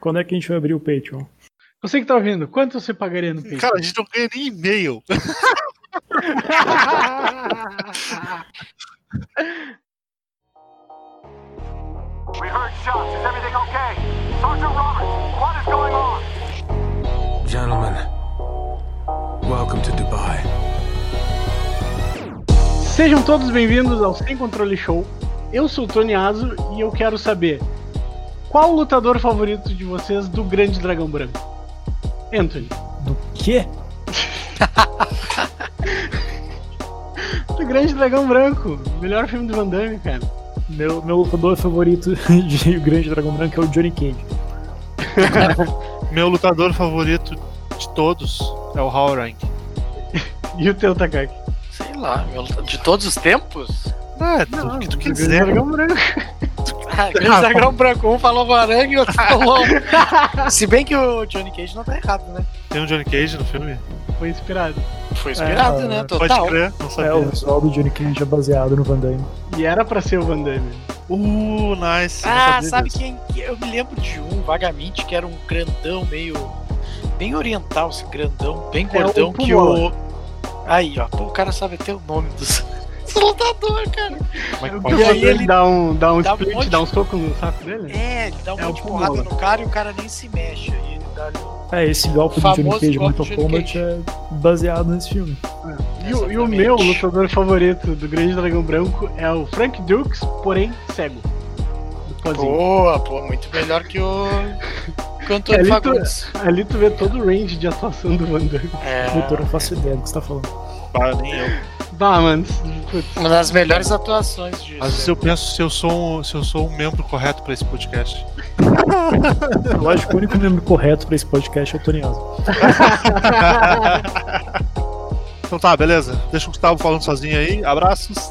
Quando é que a gente vai abrir o Patreon? Você que tá ouvindo, quanto você pagaria no Patreon? Cara, a gente não ganha nem e-mail. We heard shots. Is everything okay? Sergeant Roberts, what is going on? Gentlemen, welcome to Dubai. Sejam todos bem-vindos ao Sem Controle Show. Eu sou o Tony Aso e eu quero saber qual o lutador favorito de vocês do Grande Dragão Branco? Anthony. Do quê? Do Grande Dragão Branco. Melhor filme do Van Damme, cara. Meu lutador favorito de Grande Dragão Branco é o Johnny Cage. Meu lutador favorito de todos é o Howrank. E o teu, Takaki? Sei lá, de todos os tempos? O que tu quer do dizer? Grande Dragão Branco. Grande Dragão Branco, um falou Varangue e outro falou. Se bem que o Johnny Cage não tá errado, né? Tem um Johnny Cage no filme? Foi inspirado. Foi inspirado, né? Pode Total. crer, não sabia. O visual do Johnny Cage é baseado no Van Damme. E era pra ser o Van Damme. Nice. não Ah, sabia sabe disso. quem? Eu me lembro de um, vagamente, que era um grandão meio. Bem oriental, esse grandão, bem gordão o que Pumola. Aí, ó, pô, o cara sabe até o nome dos lutador, cara. Como é que O pode que E aí faz ele ele dá um dá um split, monte- dá um soco no saco dele? É, ele dá um É monte o de porrada Pumola. no cara e o cara nem se mexe. Aí ele dá ali um... Esse golpe do Famoso Johnny Cage golpe Mortal do Johnny Kombat Cage. é baseado nesse filme. E o Exatamente. meu lutador favorito do Grande Dragão Branco é o Frank Dukes, porém cego. Do pozinho. Boa, pô, muito melhor que o Antônio Ali Fagundes. Ali tu vê todo o range de atuação do Van Damme. Doutor, eu não faço ideia do que você tá falando. Nem eu. Bah, mano. Putz. Uma das melhores atuações disso. Às vezes eu penso se eu sou um membro correto pra esse podcast. Eu acho que o único membro correto pra esse podcast é o Tony Aso. Então tá, beleza. Deixa o Gustavo falando sozinho aí. Abraços.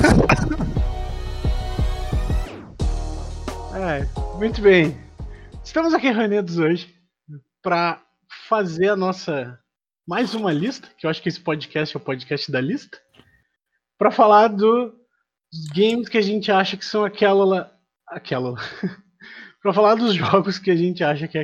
Muito bem. Estamos aqui reunidos hoje pra fazer a nossa mais uma lista, que eu acho que esse podcast é o podcast da lista, pra falar dos games que a gente acha que são aquela pra falar dos jogos que a gente acha que é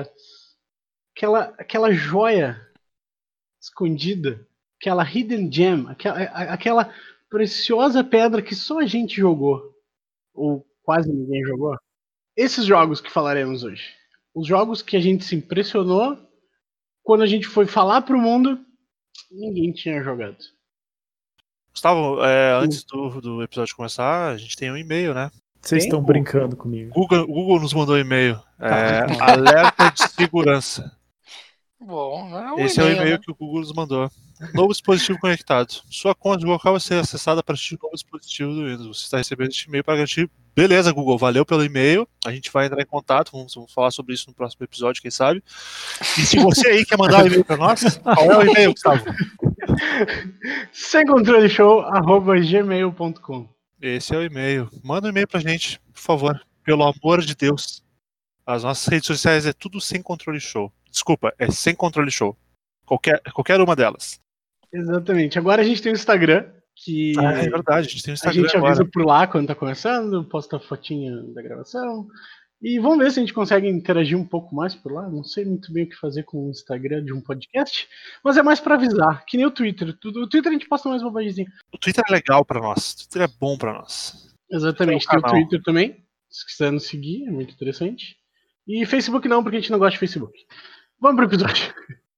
aquela joia escondida, aquela hidden gem, aquela preciosa pedra que só a gente jogou, ou quase ninguém jogou. Esses jogos que falaremos hoje. Os jogos que a gente se impressionou quando a gente foi falar pro mundo, ninguém tinha jogado. Gustavo, antes do episódio começar, a gente tem um e-mail, né? Vocês Tem? estão brincando comigo. O Google nos mandou um e-mail. Alerta de segurança. Bom, é Esse é o e-mail né? que o Google nos mandou. Novo dispositivo conectado. Sua conta local vai ser acessada a partir do novo dispositivo do Windows. Você está recebendo este e-mail para garantir. Beleza, Google, valeu pelo e-mail. A gente vai entrar em contato, vamos falar sobre isso no próximo episódio, quem sabe. E se você aí quer mandar um e-mail para nós, qual é o e-mail, Gustavo? semcontroleshow@gmail.com. Esse é o e-mail. Manda um e-mail pra gente, por favor. Pelo amor de Deus. As nossas redes sociais é tudo Sem Controle Show. Desculpa, é Sem Controle Show. Qualquer uma delas. Exatamente. Agora a gente tem o Instagram, que É verdade, a gente tem um a Instagram gente avisa agora. por lá quando tá começando, posta a fotinha da gravação. E vamos ver se a gente consegue interagir um pouco mais por lá. Não sei muito bem o que fazer com o Instagram de um podcast, mas é mais pra avisar, que nem o Twitter. O Twitter a gente posta mais bobagemzinha. O Twitter é legal pra nós. O Twitter é bom pra nós. Exatamente. Tem Tem um o canal. Twitter também, se quiser nos seguir, é muito interessante. E Facebook não, porque a gente não gosta de Facebook. Vamos pro episódio.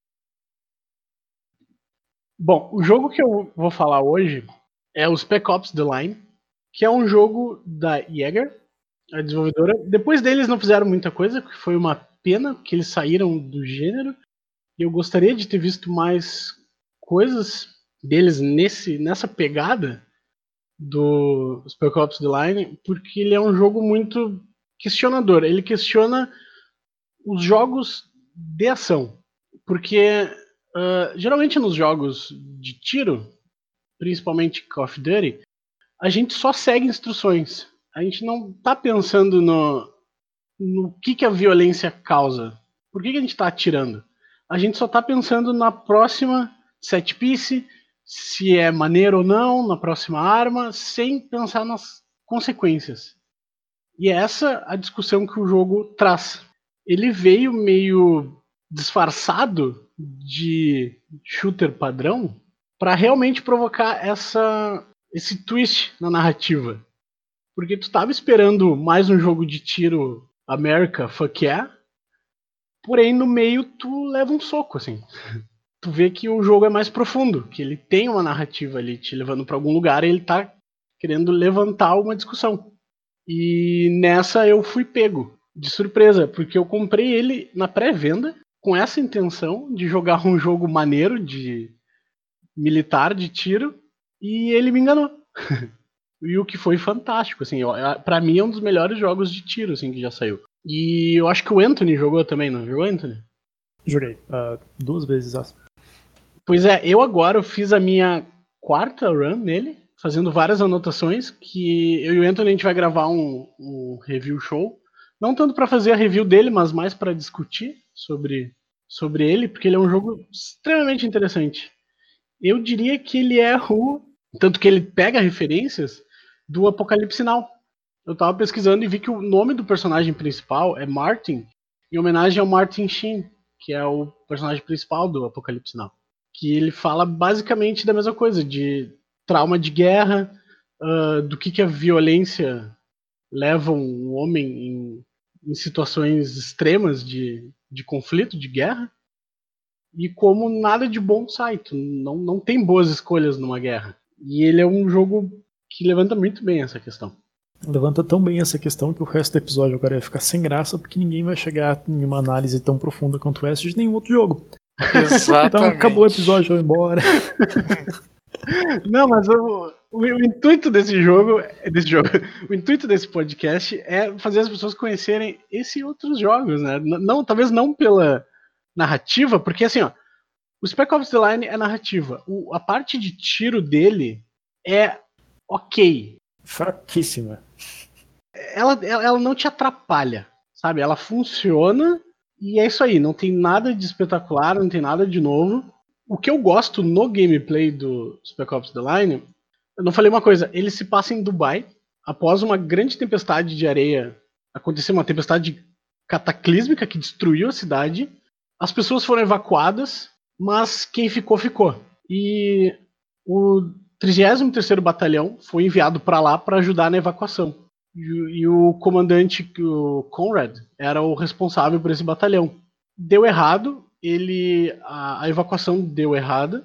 Bom, o jogo que eu vou falar hoje é o Spec Ops The Line, que é um jogo da Jaeger, a desenvolvedora. Depois deles não fizeram muita coisa, que foi uma pena, que eles saíram do gênero. E eu gostaria de ter visto mais coisas deles nessa pegada do Spec Ops The Line, porque ele é um jogo muito questionador. Ele questiona os jogos de ação. Porque geralmente nos jogos de tiro, principalmente Call of Duty, a gente só segue instruções. A gente não tá pensando no que a violência causa. Por que a gente tá atirando? A gente só tá pensando na próxima set piece, se é maneiro ou não, na próxima arma, sem pensar nas consequências. E é essa a discussão que o jogo traz. ele veio meio disfarçado de shooter padrão para realmente provocar esse twist na narrativa. Porque tu tava esperando mais um jogo de tiro America, fuck yeah, porém no meio tu leva um soco, assim. Tu vê que o jogo é mais profundo, que ele tem uma narrativa ali te levando para algum lugar e ele tá querendo levantar uma discussão. E nessa eu fui pego de surpresa, porque eu comprei ele na pré-venda com essa intenção de jogar um jogo maneiro de militar, de tiro, e ele me enganou. E o que foi fantástico, assim, pra mim é um dos melhores jogos de tiro, assim, que já saiu. E eu acho que o Anthony jogou também, não jogou, Anthony? Joguei 2 vezes. Pois é, eu fiz a minha 4ª run nele, fazendo várias anotações, que eu e o Anthony a gente vai gravar um review show, não tanto pra fazer a review dele, mas mais pra discutir sobre ele, porque ele é um jogo extremamente interessante. Eu diria que ele é tanto que ele pega referências do Apocalipse Now. Eu tava pesquisando e vi que o nome do personagem principal é Martin, em homenagem ao Martin Sheen, que é o personagem principal do Apocalipse Now. Que ele fala basicamente da mesma coisa, de trauma de guerra, do que a violência leva um homem em situações extremas de conflito, de guerra, e como nada de bom sai. Não tem boas escolhas numa guerra. E ele é um jogo que levanta muito bem essa questão. Levanta tão bem essa questão que o resto do episódio agora vai ficar sem graça, porque ninguém vai chegar em uma análise tão profunda quanto essa de nenhum outro jogo. Exatamente. Então acabou o episódio, vou embora. Não, mas o intuito desse jogo, o intuito desse podcast é fazer as pessoas conhecerem esses outros jogos, né? Não, talvez não pela narrativa, porque assim, ó, o Spec Ops The Line é narrativa. A parte de tiro dele é ok. Fraquíssima. Ela não te atrapalha, sabe? Ela funciona e é isso aí. Não tem nada de espetacular, não tem nada de novo. O que eu gosto no gameplay do Spec Ops The Line, eu não falei uma coisa, ele se passa em Dubai, após uma grande tempestade de areia, aconteceu uma tempestade cataclísmica que destruiu a cidade, as pessoas foram evacuadas, mas quem ficou, ficou. E o 33º Batalhão foi enviado para lá para ajudar na evacuação. E o comandante, o Conrad, era o responsável por esse batalhão. Deu errado, a evacuação deu errada,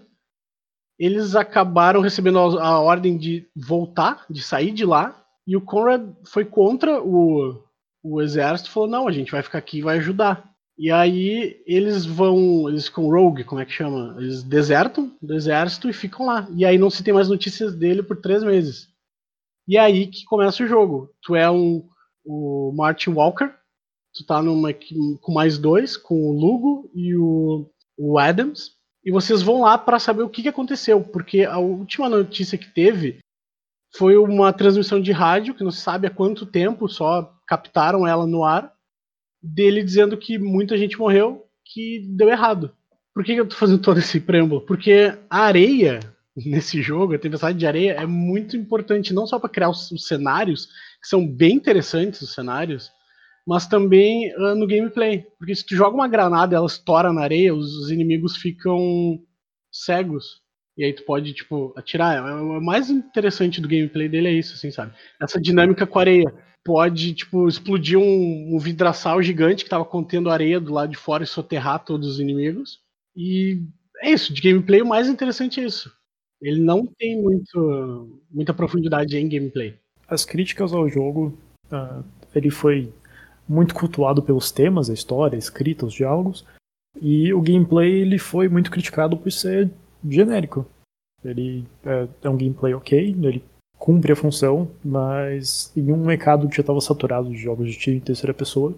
eles acabaram recebendo a ordem de voltar, de sair de lá, e o Conrad foi contra o exército e falou, não, a gente vai ficar aqui e vai ajudar. E aí eles ficam rogue, como é que chama? Eles desertam do exército e ficam lá. E aí não se tem mais notícias dele por 3 meses. E aí que começa o jogo. Tu é o Martin Walker, tu tá com mais 2, com o Lugo e o Adams, e vocês vão lá para saber o que aconteceu, porque a última notícia que teve foi uma transmissão de rádio, que não se sabe há quanto tempo, só captaram ela no ar, dele dizendo que muita gente morreu, que deu errado. Por que eu tô fazendo todo esse preâmbulo? Porque a areia nesse jogo, a tempestade de areia, é muito importante, não só para criar os cenários, que são bem interessantes os cenários, mas também no gameplay. Porque se tu joga uma granada e ela estoura na areia, os inimigos ficam cegos. E aí tu pode, tipo, atirar. O mais interessante do gameplay dele é isso, assim, sabe? Essa dinâmica com a areia. Pode, tipo, explodir um vidraçal gigante que tava contendo areia do lado de fora e soterrar todos os inimigos. E é isso, de gameplay o mais interessante é isso. Ele não tem muita profundidade em gameplay. As críticas ao jogo, ele foi muito cultuado pelos temas, a história, a escrita, os diálogos, e o gameplay ele foi muito criticado por ser genérico. Ele é um gameplay ok, ele cumpre a função, mas em um mercado que já estava saturado de jogos de tiro em terceira pessoa,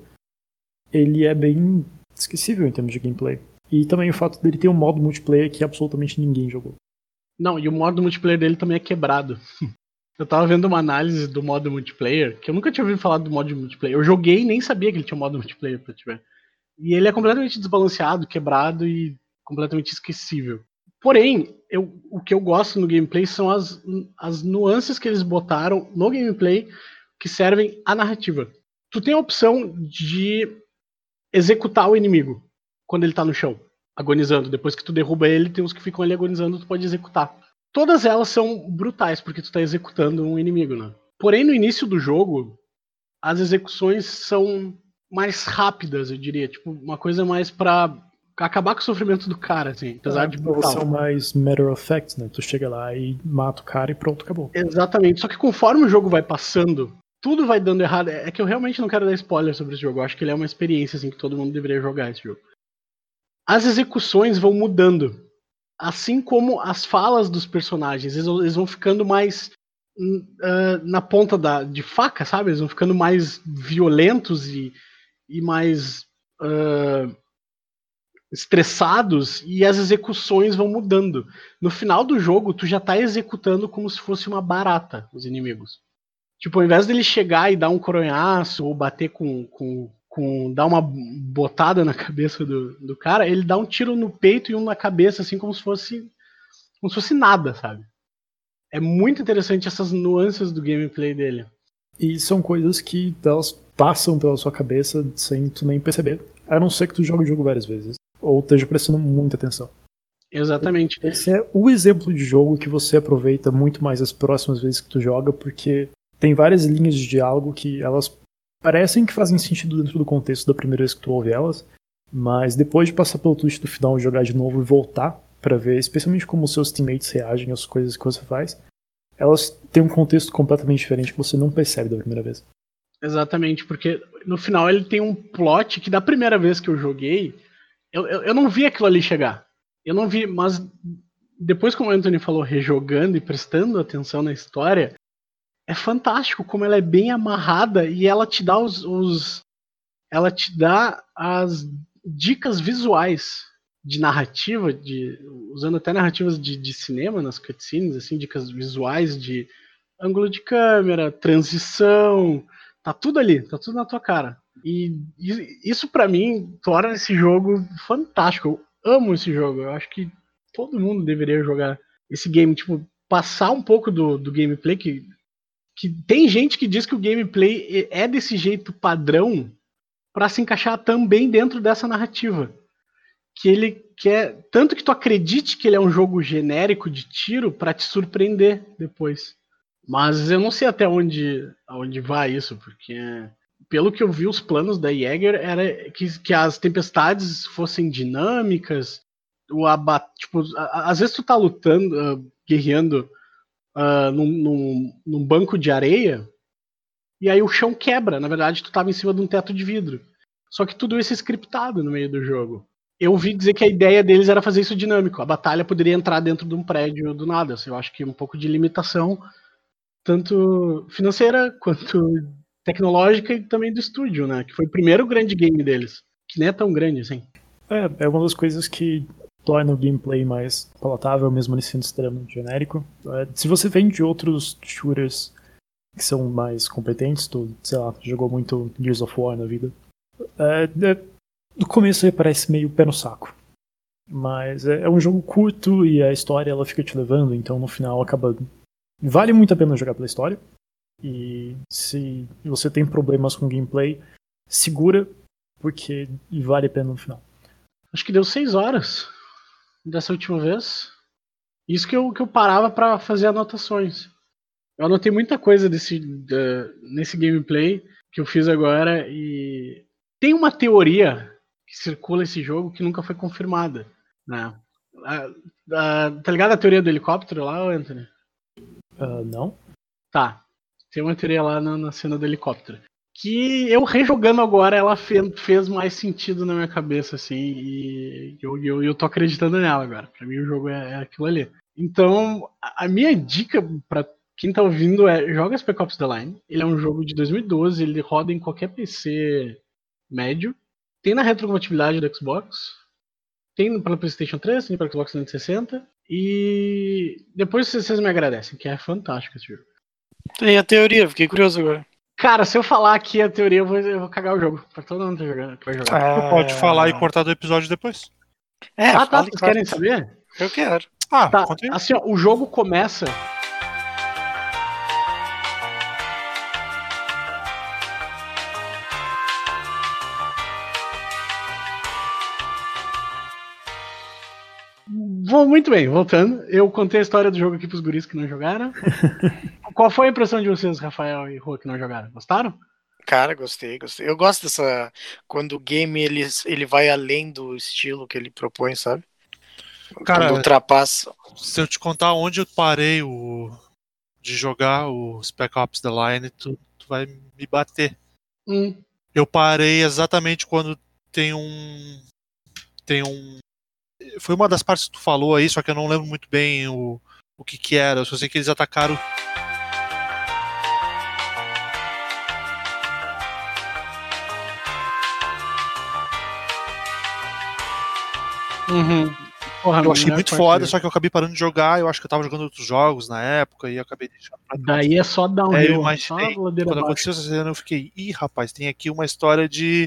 ele é bem esquecível em termos de gameplay. E também o fato dele ter um modo multiplayer que absolutamente ninguém jogou. Não, e o modo multiplayer dele também é quebrado. Eu tava vendo uma análise do modo multiplayer, que eu nunca tinha ouvido falar do modo multiplayer. Eu joguei e nem sabia que ele tinha um modo multiplayer pra tiver. E ele é completamente desbalanceado, quebrado e completamente esquecível. Porém, o que eu gosto no gameplay são as nuances que eles botaram no gameplay que servem à narrativa. Tu tem a opção de executar o inimigo quando ele tá no chão, agonizando. Depois que tu derruba ele, tem uns que ficam ali agonizando, tu pode executar. Todas elas são brutais, porque tu tá executando um inimigo, né? Porém, no início do jogo, as execuções são mais rápidas, eu diria. Tipo, uma coisa mais pra acabar com o sofrimento do cara, assim. Apesar de brutal. São mais matter of fact, né? Tu chega lá e mata o cara e pronto, acabou. Exatamente. Só que conforme o jogo vai passando, tudo vai dando errado. É que eu realmente não quero dar spoiler sobre esse jogo. Eu acho que ele é uma experiência, assim, que todo mundo deveria jogar esse jogo. As execuções vão mudando. Assim como as falas dos personagens. Eles vão ficando mais na ponta de faca, sabe? Eles vão ficando mais violentos e mais estressados, e as execuções vão mudando. No final do jogo, tu já tá executando como se fosse uma barata os inimigos. Tipo, ao invés dele chegar e dar um coronhaço ou bater dar uma botada na cabeça do cara, ele dá um tiro no peito e um na cabeça, assim, como se fosse nada, sabe? É muito interessante essas nuances do gameplay dele. E são coisas que elas passam pela sua cabeça sem tu nem perceber. A não ser que tu jogue o jogo várias vezes. Ou esteja prestando muita atenção. Exatamente. Esse é o exemplo de jogo que você aproveita muito mais as próximas vezes que tu joga, porque tem várias linhas de diálogo que elas parecem que fazem sentido dentro do contexto da primeira vez que tu ouve elas, mas depois de passar pelo twist do final, jogar de novo e voltar pra ver, especialmente como os seus teammates reagem às coisas que você faz, elas têm um contexto completamente diferente que você não percebe da primeira vez. Exatamente, porque no final ele tem um plot que da primeira vez que eu joguei, eu não vi aquilo ali chegar. Eu não vi, mas depois, como o Anthony falou, rejogando e prestando atenção na história, é fantástico como ela é bem amarrada e ela te dá ela te dá as dicas visuais de narrativa, usando até narrativas de cinema nas cutscenes, assim, dicas visuais de ângulo de câmera, transição, tá tudo ali, tá tudo na tua cara. E isso pra mim torna esse jogo fantástico. Eu amo esse jogo. Eu acho que todo mundo deveria jogar esse game, tipo, passar um pouco do gameplay, que tem gente que diz que o gameplay é desse jeito padrão pra se encaixar também dentro dessa narrativa. Que ele quer, tanto que tu acredite que ele é um jogo genérico de tiro pra te surpreender depois. Mas eu não sei até onde vai isso, porque pelo que eu vi, os planos da Jaeger era que as tempestades fossem dinâmicas, tipo, às vezes tu tá lutando, guerreando num banco de areia, e aí o chão quebra, na verdade tu tava em cima de um teto de vidro. Só que tudo isso é scriptado no meio do jogo. Eu ouvi dizer que a ideia deles era fazer isso dinâmico, a batalha poderia entrar dentro de um prédio do nada, eu acho que um pouco de limitação, tanto financeira quanto tecnológica e também do estúdio, né? Que foi o primeiro grande game deles, que nem é tão grande assim. É uma das coisas que torna o gameplay mais palatável, mesmo ele sendo extremamente genérico. Se você vem de outros shooters que são mais competentes, tu, sei lá, jogou muito Gears of War na vida, no começo ele parece meio pé no saco. Mas é um jogo curto e a história ela fica te levando, então no final acaba... Vale muito a pena jogar pela história. E se você tem problemas com gameplay, segura, porque vale a pena no final. Acho que deu 6 horas dessa última vez. Isso que eu parava pra fazer anotações. Eu anotei muita coisa nesse gameplay que eu fiz agora, e tem uma teoria que circula esse jogo que nunca foi confirmada, né? Tá ligado a teoria do helicóptero lá, Anthony? Não? Tá. Tem uma teoria lá na cena do helicóptero. Que eu rejogando agora, ela fez mais sentido na minha cabeça, assim, e eu tô acreditando nela agora. Pra mim o jogo é aquilo ali. Então, a minha dica pra quem tá ouvindo joga Spec Ops The Line. Ele é um jogo de 2012, ele roda em qualquer PC médio. Tem na retrocompatibilidade do Xbox. Tem para PlayStation 3, tem para Xbox 360. E depois vocês me agradecem, que é fantástico esse jogo. Tem a teoria, fiquei curioso agora. Cara, se eu falar aqui a teoria, eu vou cagar o jogo. Pra todo mundo que vai jogar. Tu pode falar e cortar do episódio depois. Tá, vocês querem saber? Eu quero. Tá, assim, ó, o jogo começa... Muito bem, voltando. Eu contei a história do jogo aqui pros guris que não jogaram. Qual foi a impressão de vocês, Rafael e Rô, que não jogaram? Gostaram? Cara, gostei. Eu gosto dessa. Quando o game ele vai além do estilo que ele propõe, sabe? Cara, Quando ultrapassa. se eu te contar onde eu parei de jogar o Spec Ops The Line, tu vai me bater. Eu parei exatamente quando tem um. Foi uma das partes que tu falou aí, só que eu não lembro muito bem o que era. Eu só sei que eles atacaram. Porra, Eu achei melhor muito parte foda, dele. só que eu acabei parando de jogar. Eu acho que eu tava jogando outros jogos na época e eu acabei deixando pra trás. Daí é só Eu downhill, só imaginei. ladeira Quando abaixo. aconteceu essa cena, eu fiquei, rapaz, tem aqui uma história de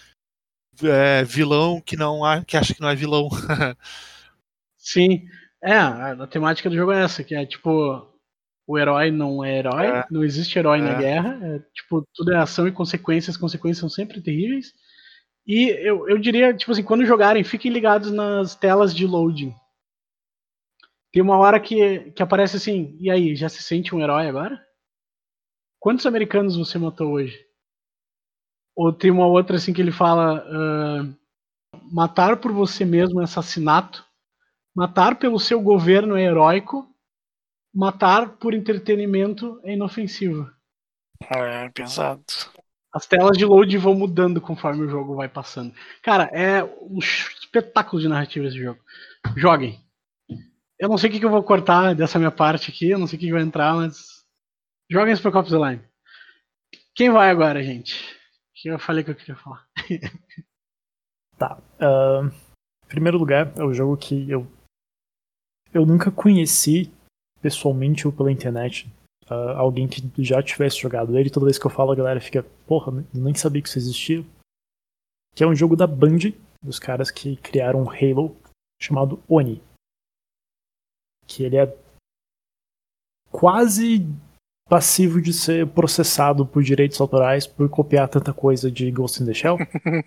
vilão que acha que não é vilão. Sim. A temática do jogo é essa, que é tipo, o herói não é herói, não existe herói na guerra, tipo, tudo é ação e consequências, as consequências são sempre terríveis. E eu diria, tipo assim, quando jogarem, fiquem ligados nas telas de loading. Tem uma hora que aparece assim, e aí, já se sente um herói agora? Quantos americanos você matou hoje? Ou tem uma outra assim que ele fala, matar por você mesmo é assassinato, matar pelo seu governo é heróico, matar por entretenimento é inofensivo. É pesado. As telas de load vão mudando conforme o jogo vai passando. Cara, é um espetáculo de narrativa esse jogo. Joguem. Eu não sei o que eu vou cortar dessa minha parte aqui, eu não sei o que vai entrar, mas joguem Spec Ops The Line. Quem vai agora, gente? Que eu falei que eu queria falar. Tá. Em primeiro lugar, é o jogo que eu nunca conheci pessoalmente ou pela internet alguém que já tivesse jogado ele. Toda vez que eu falo, a galera fica, porra, nem sabia que isso existia. Que é um jogo da Band, dos caras que criaram um Halo chamado Oni. Que ele é quase passivo de ser processado por direitos autorais por copiar tanta coisa de Ghost in the Shell.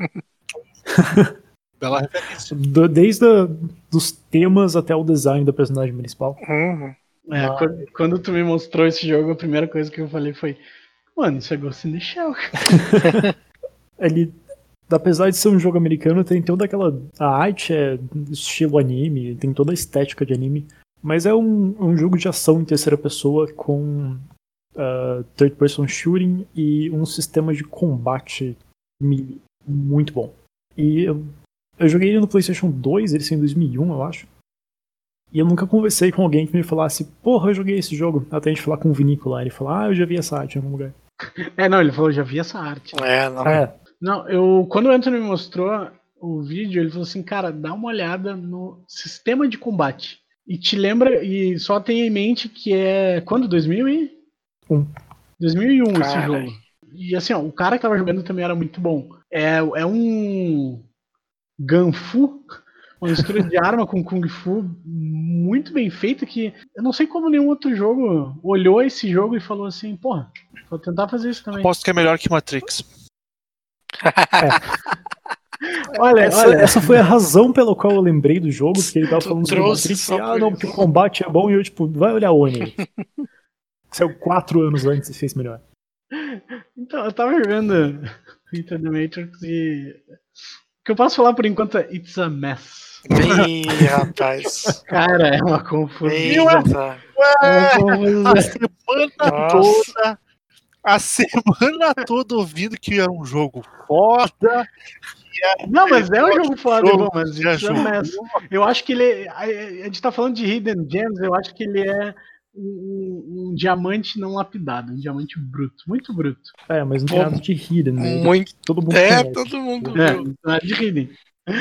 Bela referência. Desde dos temas até o design da personagem principal. Quando tu me mostrou esse jogo, a primeira coisa que eu falei foi, mano, isso é Ghost in the Shell. Ele, apesar de ser um jogo americano, tem toda aquela... A arte é estilo anime, tem toda a estética de anime. Mas é um jogo de ação em terceira pessoa com third person shooting e um sistema de combate muito bom. E eu joguei ele no PlayStation 2, ele saiu em 2001, eu acho. E eu nunca conversei com alguém que me falasse, porra, eu joguei esse jogo. Até a gente falar com o Vinícola, ele falou, eu já vi essa arte em algum lugar. Não, ele falou, já vi essa arte. Não, quando o Anthony me mostrou o vídeo, ele falou assim, cara, dá uma olhada no sistema de combate. E te lembra, e só tenha em mente que é, quando? 2001 esse jogo. E assim, o cara que tava jogando também era muito bom. É um Ganfu, uma mistura de arma com Kung Fu muito bem feita, que eu não sei como nenhum outro jogo olhou esse jogo e falou assim, porra, vou tentar fazer isso também. Aposto que é melhor que Matrix. Olha, essa foi a razão pela qual eu lembrei do jogo, porque ele tava falando sobre Matrix, não, porque o combate é bom, e eu tipo, vai olhar Oni. Saiu 4 anos antes e fez melhor. Então, eu tava jogando Into the Matrix e o que eu posso falar por enquanto é It's a Mess. Ih, rapaz. Cara, é uma confusão. A semana toda ouvindo que era um jogo foda. Não, mas é um jogo foda, bom, mas It's a Mess. Eu acho que ele a gente tá falando de Hidden Gems, eu acho que ele é um diamante não lapidado, um diamante bruto, muito bruto. Mas não tem nada de Hidden, né? Muito. Todo mundo conhece. Todo mundo viu. Nada de Hidden.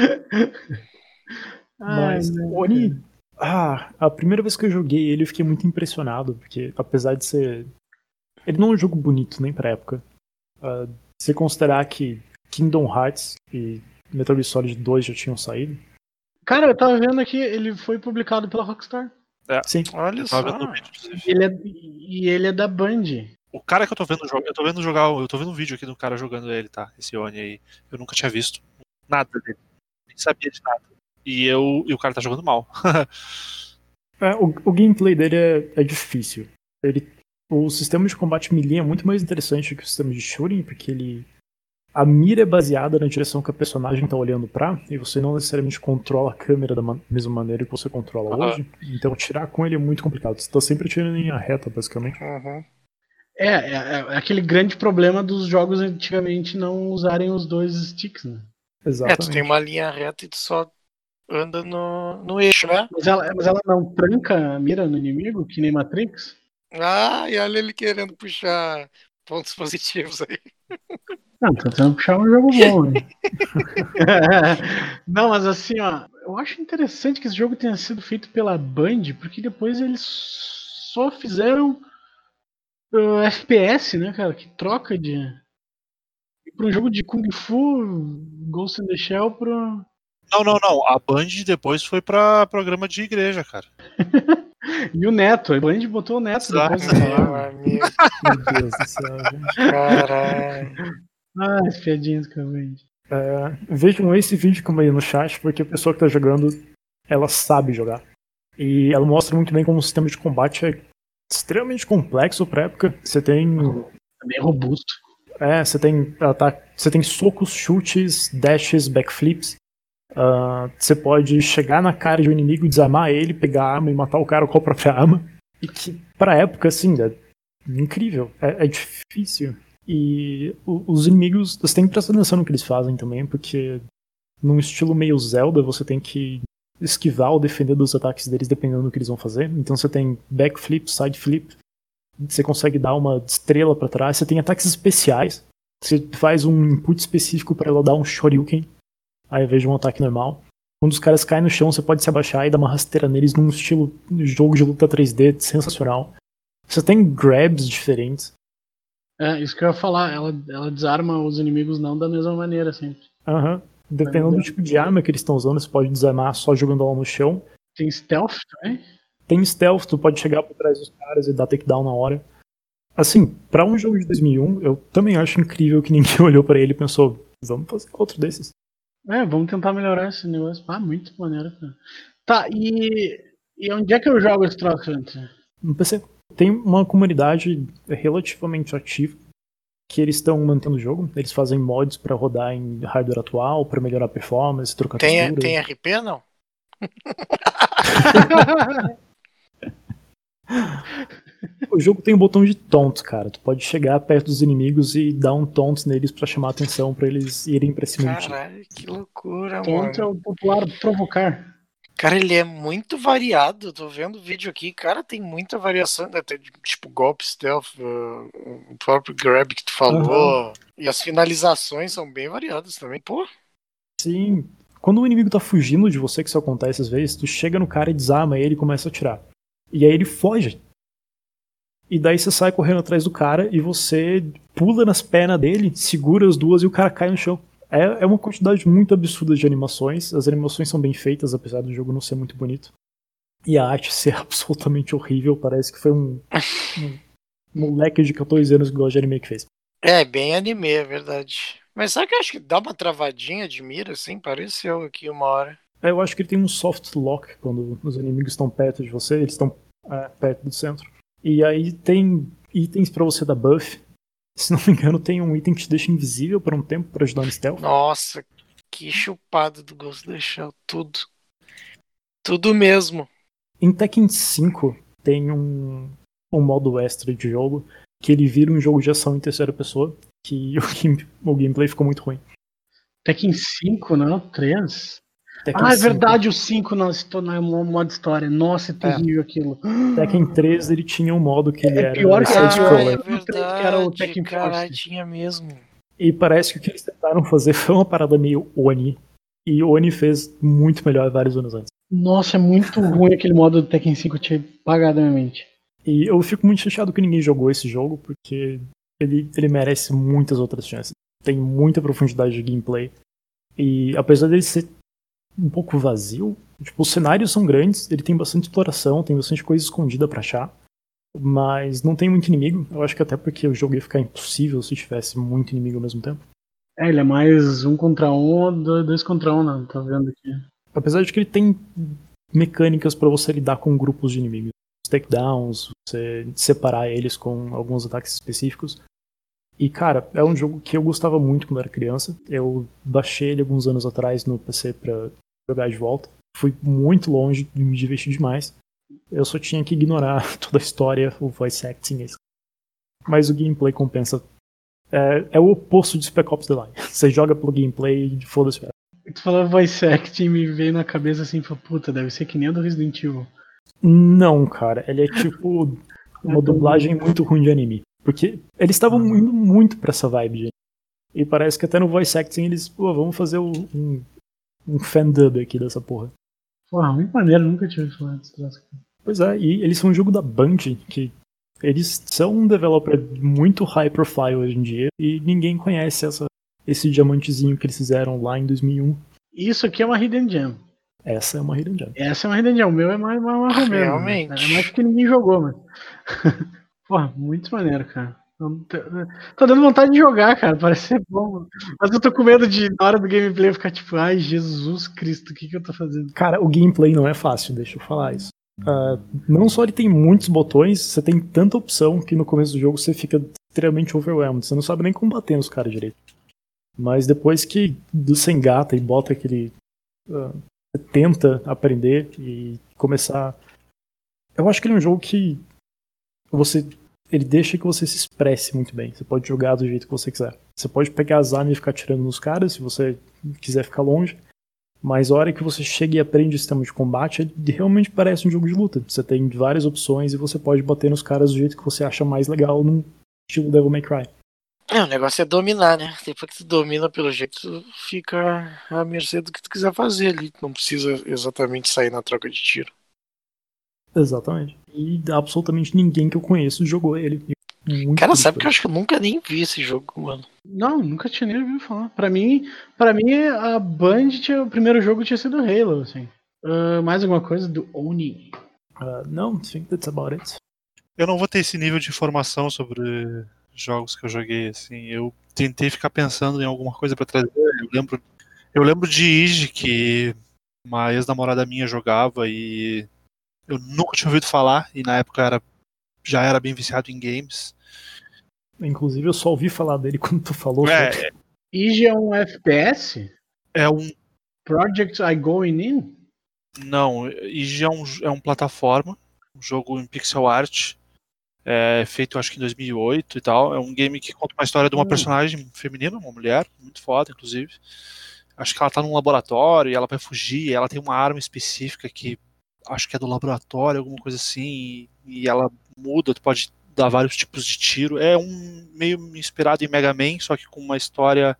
Mas Oni, a primeira vez que eu joguei ele, eu fiquei muito impressionado, porque apesar de ser... Ele não é um jogo bonito, nem pra época. Se considerar que Kingdom Hearts e Metal Gear Solid 2 já tinham saído. Cara, eu tava vendo aqui, ele foi publicado pela Rockstar. Sim. Olha só. Ele é da Band. O cara que eu tô vendo um vídeo aqui do cara jogando ele, tá? Esse Oni aí. Eu nunca tinha visto nada dele. Nem sabia de nada. e o cara tá jogando mal. O gameplay dele é difícil. O sistema de combate melee é muito mais interessante que o sistema de shooting, porque a mira é baseada na direção que a personagem tá olhando pra, e você não necessariamente controla a câmera da mesma maneira que você controla hoje. Então tirar com ele é muito complicado. Você tá sempre atirando em linha reta, basicamente. É aquele grande problema dos jogos antigamente não usarem os dois sticks, né? Exatamente. Tu tem uma linha reta e tu só anda no eixo, né? Mas ela não tranca a mira no inimigo, que nem Matrix? Ah, e olha ele querendo puxar pontos positivos aí. Não, tô tentando puxar um jogo bom, né? Não, mas assim, ó, eu acho interessante que esse jogo tenha sido feito pela Band, porque depois eles só fizeram FPS, né, cara? Que troca de. Pra um jogo de Kung Fu, Ghost in the Shell pro. Não. A Band depois foi pra programa de igreja, cara. E o Neto, a Band botou o Neto depois de Meu falar. amigo, Meu Deus do céu, gente. caralho. Ah, as piadinhas com a Band. Vejam esse vídeo que eu mandei no chat, porque a pessoa que tá jogando, ela sabe jogar. E ela mostra muito bem como o sistema de combate é extremamente complexo pra época. Você tem. É bem robusto. Você tem socos, chutes, dashes, backflips. Você pode chegar na cara de um inimigo, desarmar ele, pegar a arma e matar o cara com a própria arma. E que, pra época, assim, é incrível. É difícil. E os inimigos, você tem que prestar atenção no que eles fazem também, porque num estilo meio Zelda, você tem que esquivar ou defender dos ataques deles dependendo do que eles vão fazer. Então você tem backflip, sideflip, você consegue dar uma estrela pra trás, você tem ataques especiais, você faz um input específico pra ela dar um shoryuken ao invés de um ataque normal. Quando os caras caem no chão, você pode se abaixar e dar uma rasteira neles num estilo jogo de luta 3D sensacional. Você tem grabs diferentes. É, isso que eu ia falar, ela desarma os inimigos não da mesma maneira sempre. Dependendo do tipo de arma que eles estão usando, você pode desarmar só jogando ela no chão. Tem stealth também? Tem stealth, tu pode chegar por trás dos caras e dar takedown na hora. Assim, pra um jogo de 2001, eu também acho incrível que ninguém olhou pra ele e pensou, vamos fazer outro desses. Vamos tentar melhorar esse negócio. Ah, muito maneiro, cara. Tá, e onde é que eu jogo esse troço antes? No PC. Tem uma comunidade relativamente ativa que eles estão mantendo o jogo. Eles fazem mods pra rodar em hardware atual, pra melhorar a performance, trocar textura. Tem RP, não? O jogo tem um botão de taunt, cara. Tu pode chegar perto dos inimigos e dar um taunt neles pra chamar a atenção, pra eles irem pra cima de ti. Caralho, que loucura, Taunt é mano. o popular provocar. Cara, ele é muito variado. Tô vendo o vídeo aqui, cara, tem muita variação, né? Tem, tipo golpe stealth, o próprio grab que tu falou. E as finalizações são bem variadas também. Pô, Sim. Quando o inimigo tá fugindo de você, que isso acontece às vezes, tu chega no cara e desarma ele e começa a atirar. E aí ele foge. E daí você sai correndo atrás do cara e você pula nas pernas dele, segura as duas e o cara cai no chão. É uma quantidade muito absurda de animações. As animações são bem feitas, apesar do jogo não ser muito bonito. E a arte ser absolutamente horrível. Parece que foi um moleque de 14 anos que gosta de anime que fez. é bem anime, é verdade. Mas sabe que eu acho que dá uma travadinha de mira, assim? Pareceu aqui uma hora. Eu acho que ele tem um soft lock quando os inimigos estão perto de você, eles estão perto do centro. E aí tem itens pra você dar buff. Se não me engano, tem um item que te deixa invisível por um tempo pra ajudar no stealth. Nossa, que chupado do Ghost in the Shell. Tudo. Tudo mesmo. Em Tekken 5 tem um modo extra de jogo que ele vira um jogo de ação em terceira pessoa, que o gameplay ficou muito ruim. Tekken 5, não? 3? Tekken É 5. verdade, o 5 no modo história. Nossa, é terrível aquilo. Tekken 3 ele tinha um modo que ele era pior que side-scroller. É verdade, que era o Tekken caralho, Force. tinha mesmo. E parece que o que eles tentaram fazer foi uma parada meio Oni. E Oni fez muito melhor vários anos antes. Nossa, é muito ruim aquele modo do Tekken 5, eu tinha apagado na minha mente. E eu fico muito chateado que ninguém jogou esse jogo, porque ele merece muitas outras chances. Tem muita profundidade de gameplay. E apesar dele ser um pouco vazio, tipo, os cenários são grandes, ele tem bastante exploração, tem bastante coisa escondida pra achar, mas não tem muito inimigo. Eu acho que até porque o jogo ia ficar impossível se tivesse muito inimigo ao mesmo tempo. Ele é mais 1 contra 1 ou 2 contra 1, né? Tô vendo aqui. apesar de que ele tem mecânicas pra você lidar com grupos de inimigos. Os takedowns, você separar eles com alguns ataques específicos. E, cara, é um jogo que eu gostava muito quando era criança. Eu baixei ele alguns anos atrás no PC pra jogar de volta. Fui muito longe e me diverti demais. Eu só tinha que ignorar toda a história, o voice acting. Mas o gameplay compensa. É o oposto de Spec Ops The Line. Você joga pelo gameplay e foda-se. Tu falou voice acting, me veio na cabeça assim, puta, deve ser que nem o do Resident Evil. Não, cara. Ele é tipo uma dublagem muito ruim de anime. Porque eles estavam indo muito pra essa vibe de anime. E parece que até no voice acting eles, vamos fazer um fan-dub aqui dessa porra. Porra, muito maneiro, nunca tinha falado desse troço aqui. Pois é, e eles são um jogo da Band, que eles são um developer muito high profile hoje em dia, e ninguém conhece esse diamantezinho que eles fizeram lá em 2001. Isso aqui é uma Hidden Gem. Essa é uma Hidden Gem. Essa é uma Hidden Gem, o meu é mais ou menos. Realmente. É mais que ninguém jogou, mas... Porra, muito maneiro, cara. Tô dando vontade de jogar, cara, parece ser bom. Mas eu tô com medo de, na hora do gameplay, eu ficar tipo, ai, Jesus Cristo, o que eu tô fazendo? Cara, o gameplay não é fácil, deixa eu falar isso. Não só ele tem muitos botões, você tem tanta opção que no começo do jogo você fica extremamente overwhelmed. Você não sabe nem como bater nos caras direito. Mas depois que você engata e bota aquele... você tenta aprender e começar... Eu acho que ele é um jogo que ele deixa que você se expresse muito bem. Você pode jogar do jeito que você quiser. Você pode pegar as armas e ficar atirando nos caras, se você quiser ficar longe. Mas a hora que você chega e aprende o sistema de combate, ele realmente parece um jogo de luta. Você tem várias opções e você pode bater nos caras do jeito que você acha mais legal, num estilo Devil May Cry. O negócio é dominar, né? Depois que tu domina, pelo jeito, tu fica à mercê do que tu quiser fazer ali. Não precisa exatamente sair na troca de tiro. Exatamente. E absolutamente ninguém que eu conheço jogou ele. Muito Cara, triste, sabe que eu acho que eu nunca nem vi esse jogo, mano. Não, nunca tinha nem ouvido falar. Pra mim a Band, o primeiro jogo tinha sido Halo, assim. Mais alguma coisa do Oni? Não, I think that's about it. Eu não vou ter esse nível de informação sobre jogos que eu joguei, assim. Eu tentei ficar pensando em alguma coisa pra trazer. Eu lembro de Ige, que uma ex-namorada minha jogava e eu nunca tinha ouvido falar, e na época já era bem viciado em games. Inclusive eu só ouvi falar dele quando tu falou. Ige é um FPS? É um... Project I Going In? Não, Ige é um plataforma, um jogo em pixel art, feito acho que em 2008 e tal. É um game que conta uma história de uma personagem feminina, uma mulher, muito foda, inclusive. Acho que ela tá num laboratório e ela vai fugir, e ela tem uma arma específica que acho que é do laboratório, alguma coisa assim, e ela muda, tu pode dar vários tipos de tiro. É um meio inspirado em Mega Man, só que com uma história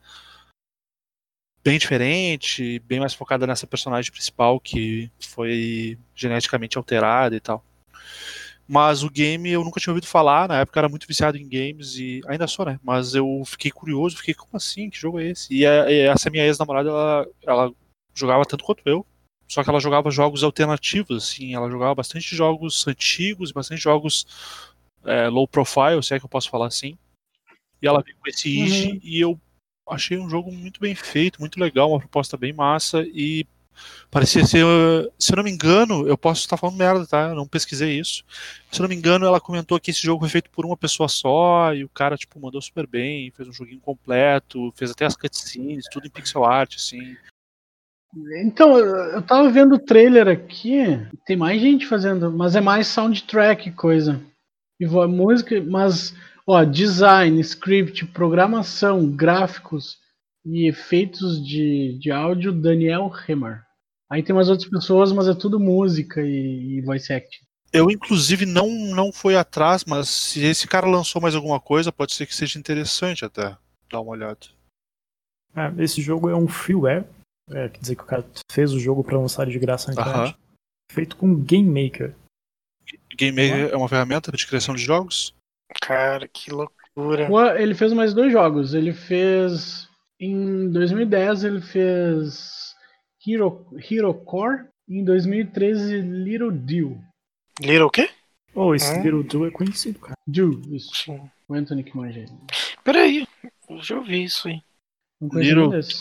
bem diferente, bem mais focada nessa personagem principal que foi geneticamente alterada e tal. Mas o game eu nunca tinha ouvido falar, na época eu era muito viciado em games e ainda sou, né? Mas eu fiquei curioso, como assim? Que jogo é esse? E essa minha ex-namorada, ela jogava tanto quanto eu, só que ela jogava jogos alternativos, assim, ela jogava bastante jogos antigos, bastante jogos low profile, se é que eu posso falar assim. E ela veio com esse Ige e eu achei um jogo muito bem feito, muito legal, uma proposta bem massa e parecia ser, se eu não me engano, eu posso estar falando merda, tá? Eu não pesquisei isso. Se eu não me engano, ela comentou que esse jogo foi feito por uma pessoa só e o cara, tipo, mandou super bem, fez um joguinho completo, fez até as cutscenes, tudo em pixel art, assim. Então, eu tava vendo o trailer aqui, tem mais gente fazendo, mas é mais soundtrack coisa. E música, mas, design, script, programação, gráficos e efeitos de áudio, Daniel Hemmer. Aí tem umas outras pessoas, mas é tudo música e voice acting. Eu, inclusive, não fui atrás, mas se esse cara lançou mais alguma coisa, pode ser que seja interessante até dar uma olhada. Esse jogo é um freeware. Quer dizer que o cara fez o jogo pra lançar de graça na internet. Feito com Game Maker. Game Maker é uma ferramenta de criação de jogos? Cara, que loucura. Ele fez mais 2 jogos. Ele fez... Em 2010 ele fez Hero Core. E em 2013 Little Dew. Little o quê? Esse Little Dew é conhecido, cara. Dew, isso. Sim. O Anthony que manja. Peraí, eu já ouvi isso aí. Não conheço nenhum desses.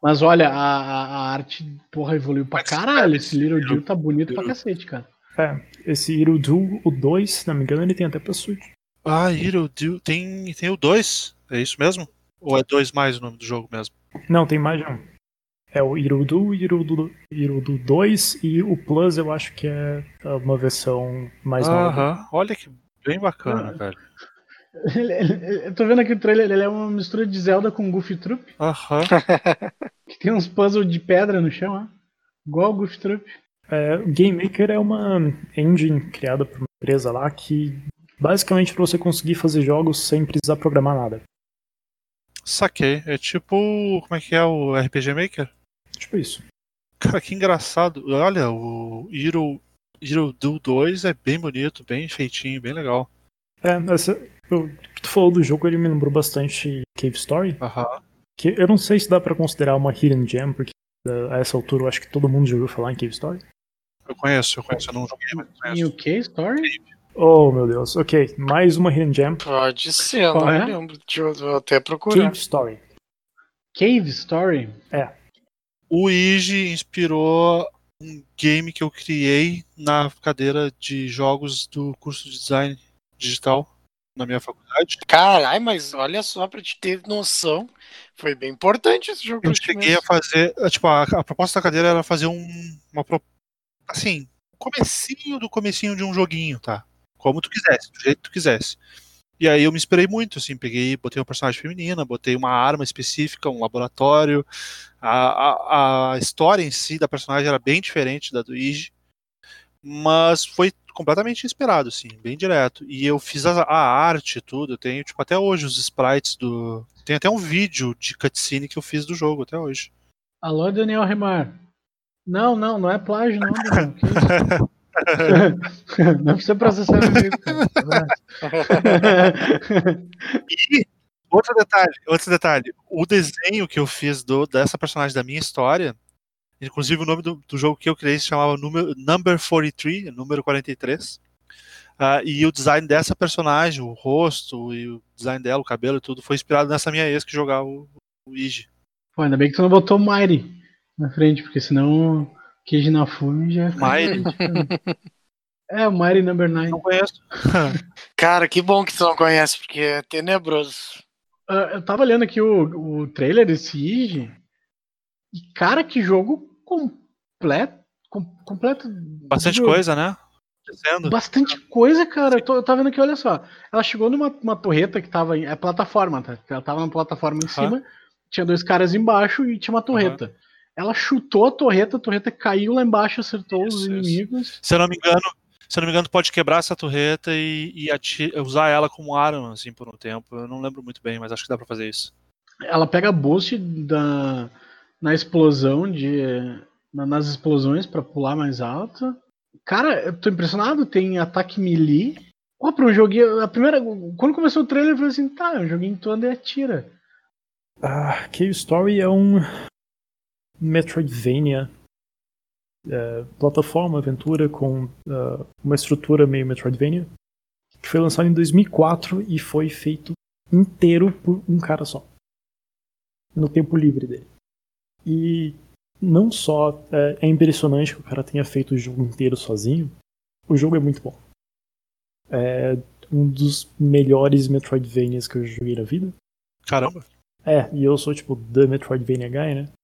Mas olha, a arte, porra, evoluiu pra caralho. Esse Little Jill tá bonito pra cacete, cara. Esse Hero Duel, o 2, se não me engano, ele tem até pra Switch. Hero Duel. Tem o 2? É isso mesmo? Ou é 2 mais o nome do jogo mesmo? Não, tem mais de um. É o Hero Duel, Hero Duel 2 e o Plus eu acho que é uma versão mais nova. Olha que bem bacana, velho. Eu tô vendo aqui o trailer, ele é uma mistura de Zelda com Goofy Troop. Que tem uns puzzles de pedra no chão, ó. Igual o Goofy Troop. O Game Maker é uma engine criada por uma empresa lá que basicamente pra você conseguir fazer jogos sem precisar programar nada. Saquei. É tipo. Como é que é o RPG Maker? Tipo isso. Cara, que engraçado. Olha, o Hero Duel 2 é bem bonito, bem feitinho, bem legal. O que tu falou do jogo, ele me lembrou bastante Cave Story. Que eu não sei se dá pra considerar uma hidden gem, porque a essa altura eu acho que todo mundo já ouviu falar em Cave Story. Eu conheço, eu não joguei, mas conheço. E o Cave Story? Oh, meu Deus. Ok, mais uma hidden gem. Pode ser, eu não me lembro. Deixa eu até procurar. Cave Story. Cave Story? O Iji inspirou um game que eu criei na cadeira de jogos do curso de design digital na minha faculdade. Caralho, mas olha só, pra te ter noção, foi bem importante esse jogo. Eu cheguei a fazer, tipo, a proposta da cadeira era fazer comecinho de um joguinho, tá? Como tu quisesse, do jeito que tu quisesse. E aí eu me inspirei muito, assim, botei uma personagem feminina, botei uma arma específica, um laboratório. A história em si da personagem era bem diferente da do Iji, mas foi completamente inspirado, assim, bem direto. E eu fiz a arte e tudo, eu tenho, tipo, até hoje os sprites do... Tem até um vídeo de cutscene que eu fiz do jogo até hoje. Alô, Daniel Remar. Não é plágio, não, Daniel. Que isso? Não precisa processar comigo, cara. E outro detalhe, o desenho que eu fiz dessa personagem da minha história, inclusive o nome do jogo que eu criei se chamava Number 43, número 43, e o design dessa personagem, o rosto e o design dela, o cabelo e tudo, foi inspirado nessa minha ex que jogava o Iji. Pô, ainda bem que tu não botou Mighty na frente, porque senão Keiji Inafune já... Mighty? O Mighty Number 9. Não conheço. Cara, que bom que tu não conhece, porque é tenebroso. Eu tava olhando aqui o trailer desse Iji, e cara, que jogo completo. Bastante coisa, né? Bastante coisa, cara. Eu tava vendo aqui, olha só. Ela chegou numa torreta que tava em... É plataforma, tá? Ela tava na plataforma em cima, tinha 2 caras embaixo e tinha uma torreta. Ela chutou a torreta caiu lá embaixo, acertou os inimigos. Se eu não me engano, pode quebrar essa torreta e usar ela como arma, assim, por um tempo. Eu não lembro muito bem, mas acho que dá pra fazer isso. Ela pega boost na explosão, nas explosões pra pular mais alto. Cara, eu tô impressionado, tem ataque melee. Pra um joguinho, quando começou o trailer eu falei assim, tá, é um joguinho que tu anda e atira. Cave Story é um Metroidvania, plataforma, aventura com uma estrutura meio Metroidvania, que foi lançado em 2004 e foi feito inteiro por um cara só, no tempo livre dele. E não só é impressionante que o cara tenha feito o jogo inteiro sozinho, o jogo é muito bom. É um dos melhores Metroidvanias que eu joguei na vida. Caramba! E eu sou tipo The Metroidvania Guy, né?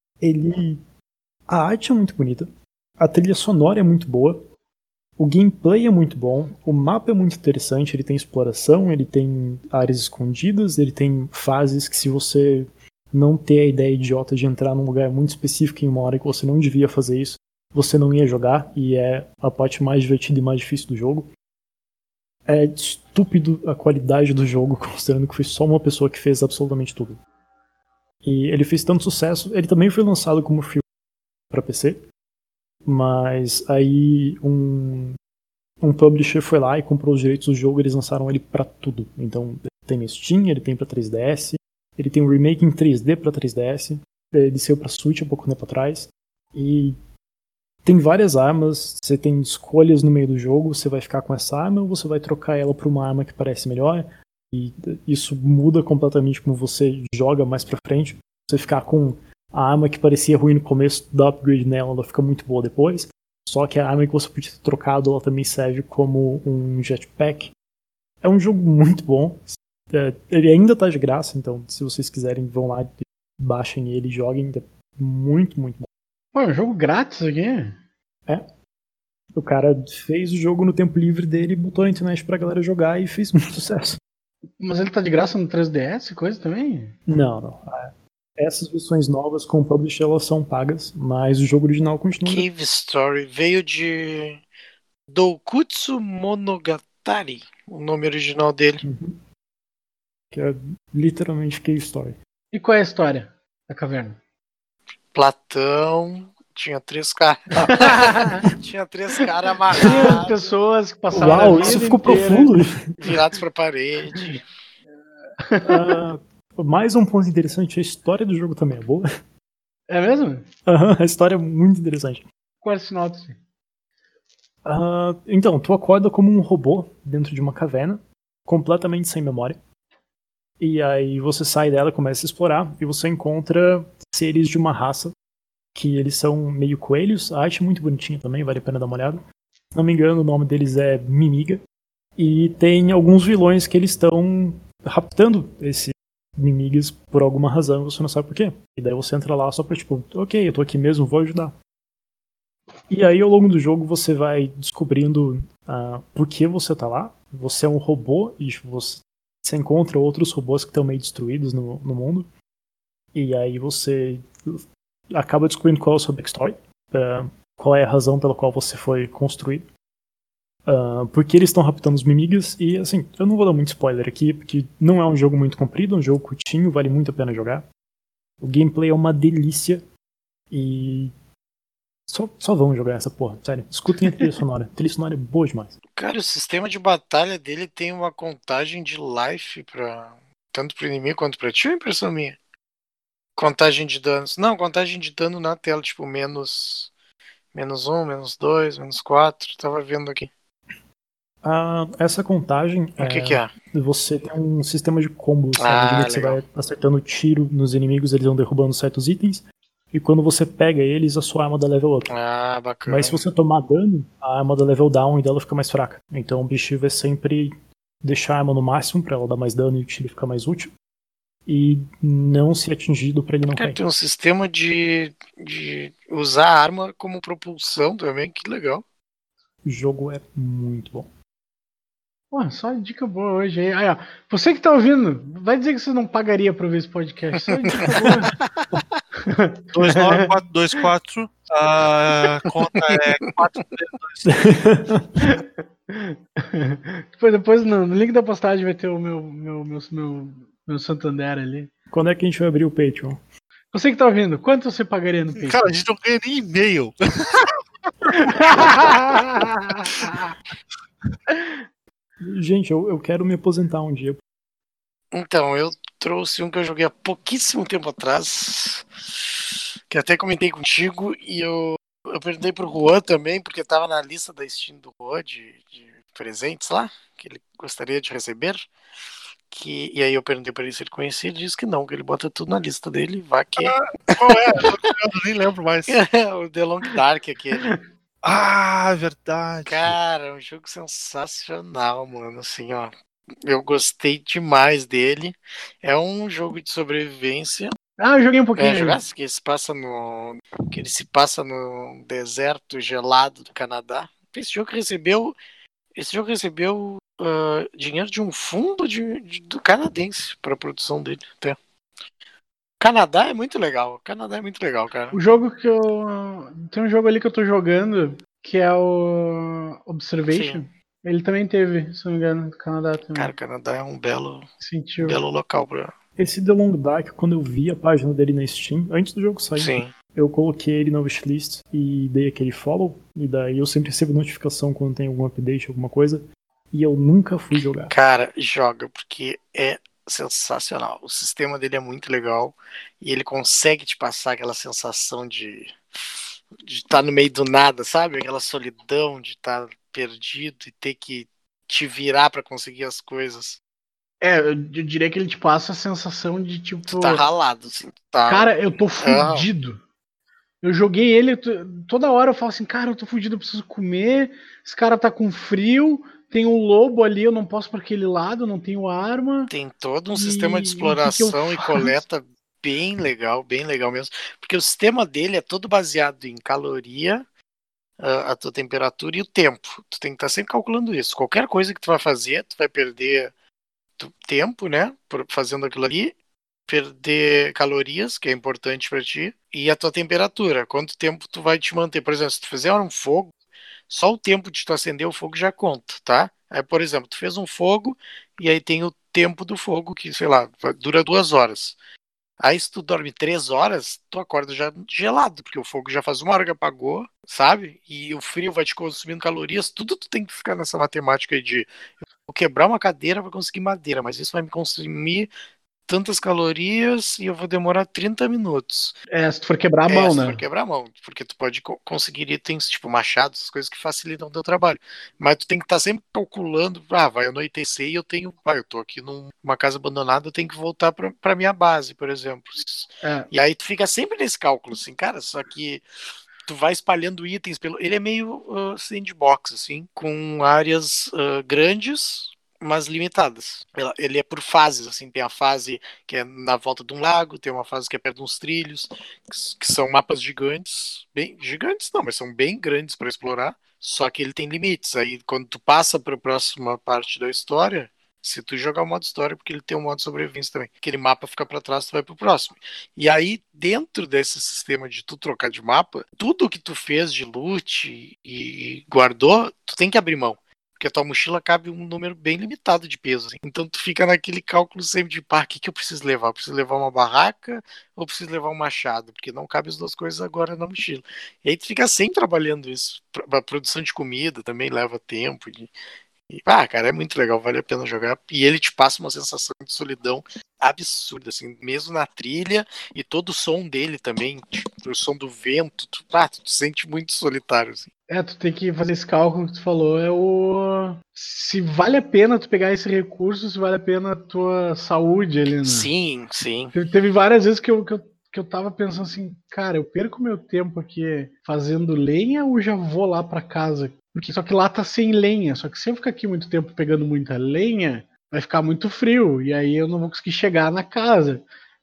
A arte é muito bonita, a trilha sonora é muito boa, o gameplay é muito bom, o mapa é muito interessante, ele tem exploração, ele tem áreas escondidas, ele tem fases que se você não ter a ideia idiota de entrar num lugar muito específico em uma hora que você não devia fazer isso, você não ia jogar, e é a parte mais divertida e mais difícil do jogo. É estúpido a qualidade do jogo, considerando que foi só uma pessoa que fez absolutamente tudo. E ele fez tanto sucesso, ele também foi lançado como free para PC, mas aí um publisher foi lá e comprou os direitos do jogo e eles lançaram ele pra tudo. Então ele tem no Steam, ele tem pra 3DS, ele tem um remake em 3D pra 3DS, ele saiu pra Switch há pouco tempo atrás, e tem várias armas, você tem escolhas no meio do jogo, você vai ficar com essa arma ou você vai trocar ela por uma arma que parece melhor, e isso muda completamente como você joga mais pra frente. Você ficar com A arma que parecia ruim no começo, dá upgrade nela, ela fica muito boa depois. Só que a arma que você podia ter trocado, ela também serve como um jetpack. É um jogo muito bom. Ele ainda tá de graça, então se vocês quiserem, vão lá, baixem ele e joguem. É muito, muito bom. Pô, é um jogo grátis aqui? O cara fez o jogo no tempo livre dele, botou na internet pra galera jogar e fez muito sucesso. Mas ele tá de graça no 3DS e coisa também? Não. Essas versões novas com o publisher, elas são pagas, mas o jogo original continua. Cave Story veio de Doukutsu Monogatari, o nome original dele. Que é literalmente Cave Story. E qual é a história da caverna? Platão tinha 3 caras. Tinha 3 caras Tinha amarrados, pessoas que passaram a Uau, vida isso ficou inteira. profundo. virados pra parede. Mais um ponto interessante, a história do jogo também é boa. É mesmo? A história é muito interessante. Qual é a sinopse? Então, tu acorda como um robô dentro de uma caverna, completamente sem memória. E aí você sai dela, começa a explorar, e você encontra seres de uma raça, que eles são meio coelhos. A arte é muito bonitinha também, vale a pena dar uma olhada. Se não me engano, o nome deles é Mimiga. E tem alguns vilões que eles estão raptando esses Mimigas por alguma razão, e você não sabe por quê. E daí você entra lá só pra tipo, ok, eu tô aqui mesmo, vou ajudar. E aí ao longo do jogo você vai descobrindo por que você tá lá. Você é um robô e você encontra outros robôs que estão meio destruídos no mundo. E aí você acaba descobrindo qual é a sua backstory, qual é a razão pela qual você foi construído. Porque eles estão raptando os Mimigas. E assim, eu não vou dar muito spoiler aqui, porque não é um jogo muito comprido, é um jogo curtinho, vale muito a pena jogar. O gameplay é uma delícia. E só vão jogar essa porra, sério. Escutem a trilha sonora. A trilha sonora é boa demais. Cara, o sistema de batalha dele tem uma contagem de life tanto pro inimigo quanto pra ti, ou é impressão minha? Contagem de danos. Não, contagem de dano na tela, tipo, menos 1, -2, -4. Tava vendo aqui. Essa contagem O que é? Você tem um sistema de combos. À medida que você vai acertando tiro nos inimigos, eles vão derrubando certos itens. E quando você pega eles, a sua arma dá level up. Bacana. Mas se você tomar dano, a arma dá level down e dela fica mais fraca. Então o objetivo é sempre deixar a arma no máximo pra ela dar mais dano e o tiro ficar mais útil. E não ser atingido pra ele não cair. Tem um sistema de usar a arma como propulsão também, que legal. O jogo é muito bom. Pô, só dica boa hoje aí. Aí, ó, você que tá ouvindo, vai dizer que você não pagaria pra ver esse podcast. Só dica boa. 29424. A conta é 432. Depois no link da postagem vai ter o meu Santander ali. Quando é que a gente vai abrir o Patreon? Você que tá ouvindo, quanto você pagaria no Patreon? Cara, a gente não ganha nem e-mail. Gente, eu quero me aposentar um dia. Então, eu trouxe um que eu joguei há pouquíssimo tempo atrás, que até comentei contigo, e eu perguntei pro Juan também, porque tava na lista da Steam do Juan de presentes lá, que ele gostaria de receber. E aí eu perguntei pra ele se ele conhecia, ele disse que não, que ele bota tudo na lista dele, vai que... Qual é? Eu nem lembro mais. O The Long Dark, aquele. Verdade. Cara, é um jogo sensacional, mano, assim, ó. Eu gostei demais dele. É um jogo de sobrevivência. Eu joguei um pouquinho. Jogasse que ele se passa no deserto gelado do Canadá. Esse jogo recebeu dinheiro de um fundo do canadense para a produção dele. Até. Canadá é muito legal. Cara. O jogo tem um jogo ali que eu tô jogando que é o Observation. Sim. Ele também teve, se não me engano, no Canadá também. Cara, o Canadá é um belo local pra... Esse The Long Dark, quando eu vi a página dele na Steam, antes do jogo sair, Sim. Eu coloquei ele na wishlist e dei aquele follow, e daí eu sempre recebo notificação quando tem algum update, alguma coisa, e eu nunca fui jogar. Cara, joga, porque é sensacional. O sistema dele é muito legal, e ele consegue te passar aquela sensação de estar no meio do nada, sabe? Aquela solidão de estar perdido e ter que te virar pra conseguir as coisas. Eu diria que ele te passa a sensação de tipo. Tu tá ralado, assim. Tá... Cara, eu tô fudido. Eu joguei ele, toda hora eu falo assim, cara, eu tô fudido, eu preciso comer. Esse cara tá com frio, tem um lobo ali, eu não posso pra aquele lado, não tenho arma. Tem todo um sistema de o que eu exploração e faço? coleta bem legal mesmo. Porque o sistema dele é todo baseado em caloria, a tua temperatura e o tempo. Tu tem que estar sempre calculando isso. Qualquer coisa que tu vai fazer, tu vai perder tempo, né? Fazendo aquilo ali. Perder calorias, que é importante para ti, e a tua temperatura. Quanto tempo tu vai te manter. Por exemplo, se tu fizer um fogo, só o tempo de tu acender o fogo já conta, tá? Aí, por exemplo, tu fez um fogo e aí tem o tempo do fogo que, sei lá, dura 2 horas. Aí se tu dorme 3 horas, tu acorda já gelado, porque o fogo já faz 1 hora que apagou, sabe? E o frio vai te consumindo calorias, tudo tu tem que ficar nessa matemática aí de eu vou quebrar uma cadeira para conseguir madeira, mas isso vai me consumir tantas calorias e eu vou demorar 30 minutos. Se tu for quebrar a mão, se né? tu for quebrar a mão, porque tu pode conseguir itens tipo machados, essas coisas que facilitam o teu trabalho. Mas tu tem que estar sempre calculando, vai anoitecer e eu tô aqui numa casa abandonada, eu tenho que voltar pra minha base, por exemplo. E aí tu fica sempre nesse cálculo, assim, cara, só que tu vai espalhando itens ele é meio sandbox, assim, com áreas grandes, mas limitadas. Ele é por fases, assim, tem a fase que é na volta de um lago, tem uma fase que é perto de uns trilhos, que são mapas gigantes, bem gigantes não, mas são bem grandes para explorar, só que ele tem limites. Aí quando tu passa para a próxima parte da história, se tu jogar o modo história, porque ele tem um modo sobrevivência também, aquele mapa fica para trás, tu vai pro próximo. E aí, dentro desse sistema de tu trocar de mapa, tudo que tu fez de loot e guardou, tu tem que abrir mão. Porque a tua mochila cabe um número bem limitado de peso. Assim. Então tu fica naquele cálculo sempre de, o que eu preciso levar? Eu preciso levar uma barraca ou preciso levar um machado? Porque não cabe as duas coisas agora na mochila. E aí tu fica sempre trabalhando isso. A produção de comida também leva tempo. Cara, é muito legal, vale a pena jogar. E ele te passa uma sensação de solidão absurda, assim, mesmo na trilha e todo o som dele também, tipo, o som do vento, tu te sente muito solitário, assim. Tu tem que fazer esse cálculo que tu falou, se vale a pena tu pegar esse recurso, se vale a pena a tua saúde ali, né? Sim. Teve várias vezes que eu tava pensando assim, cara, eu perco meu tempo aqui fazendo lenha ou já vou lá pra casa? Porque só que lá tá sem lenha, só que se eu ficar aqui muito tempo pegando muita lenha, vai ficar muito frio, e aí eu não vou conseguir chegar na casa.